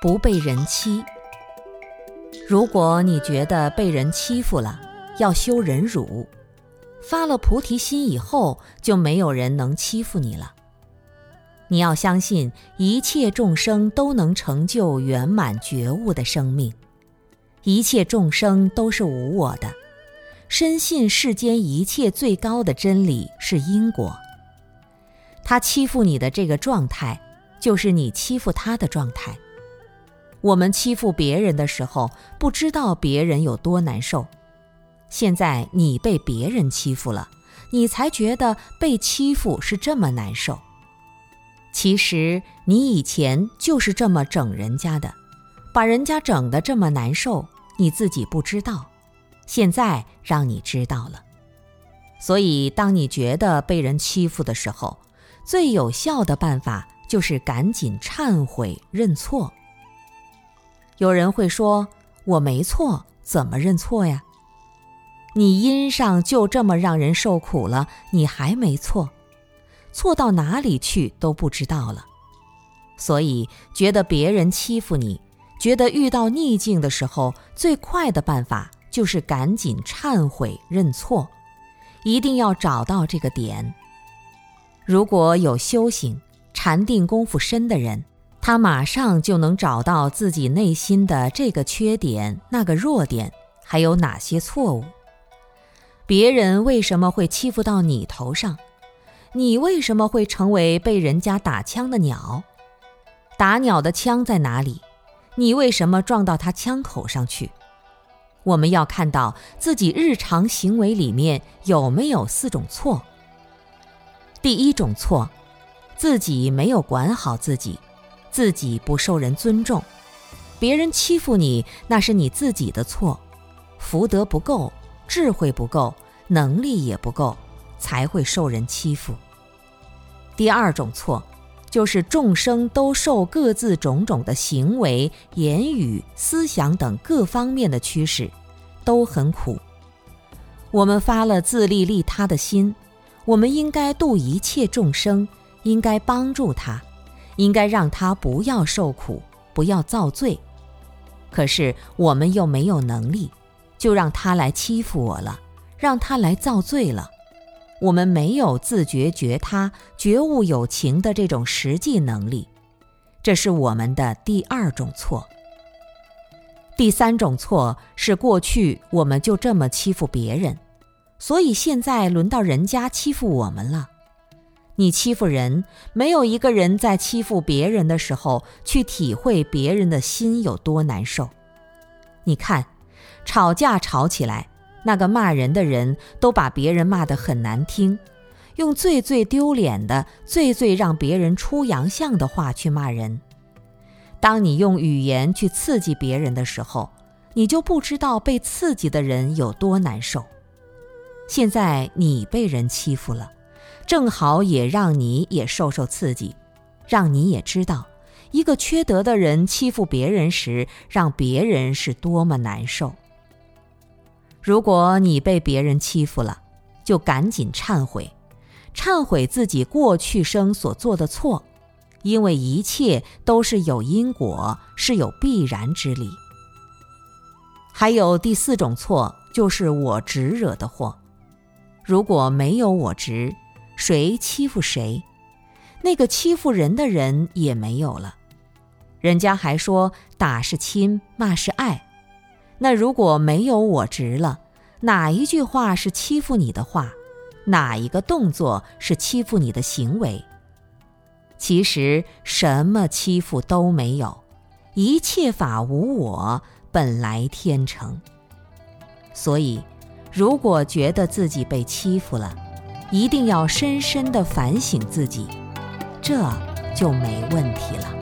不被人欺。如果你觉得被人欺负了，要修忍辱，发了菩提心以后，就没有人能欺负你了。你要相信一切众生都能成就圆满觉悟的生命，一切众生都是无我的，深信世间一切最高的真理是因果。他欺负你的这个状态，就是你欺负他的状态。我们欺负别人的时候，不知道别人有多难受。现在你被别人欺负了，你才觉得被欺负是这么难受。其实你以前就是这么整人家的，把人家整得这么难受，你自己不知道，现在让你知道了。所以当你觉得被人欺负的时候，最有效的办法就是赶紧忏悔认错。有人会说，我没错，怎么认错呀？你因上就这么让人受苦了，你还没错？错到哪里去都不知道了。所以觉得别人欺负你，觉得遇到逆境的时候，最快的办法就是赶紧忏悔认错，一定要找到这个点。如果有修行禅定功夫深的人，他马上就能找到自己内心的这个缺点，那个弱点，还有哪些错误。别人为什么会欺负到你头上？你为什么会成为被人家打枪的鸟？打鸟的枪在哪里？你为什么撞到他枪口上去？我们要看到自己日常行为里面有没有4种错。第一种错，自己没有管好自己，自己不受人尊重。别人欺负你，那是你自己的错，福德不够，智慧不够，能力也不够，才会受人欺负。第二种错，就是众生都受各自种种的行为、言语、思想等各方面的驱使，都很苦。我们发了自利利他的心，我们应该度一切众生，应该帮助他，应该让他不要受苦，不要造罪。可是我们又没有能力，就让他来欺负我了，让他来造罪了。我们没有自觉觉他、觉悟有情的这种实际能力，这是我们的第二种错。第三种错是过去我们就这么欺负别人，所以现在轮到人家欺负我们了。你欺负人，没有一个人在欺负别人的时候去体会别人的心有多难受。你看，吵架吵起来，那个骂人的人都把别人骂得很难听，用最最丢脸的、最最让别人出洋相的话去骂人。当你用语言去刺激别人的时候，你就不知道被刺激的人有多难受。现在你被人欺负了，正好也让你也受受刺激，让你也知道一个缺德的人欺负别人时，让别人是多么难受。如果你被别人欺负了，就赶紧忏悔，忏悔自己过去生所做的错，因为一切都是有因果，是有必然之理。还有第4种错，就是我执惹的祸。如果没有我执，谁欺负谁？那个欺负人的人也没有了。人家还说打是亲，骂是爱。那如果没有我执了，哪一句话是欺负你的话？哪一个动作是欺负你的行为？其实什么欺负都没有，一切法无我，本来天成。所以如果觉得自己被欺负了，一定要深深地反省自己，这就没问题了。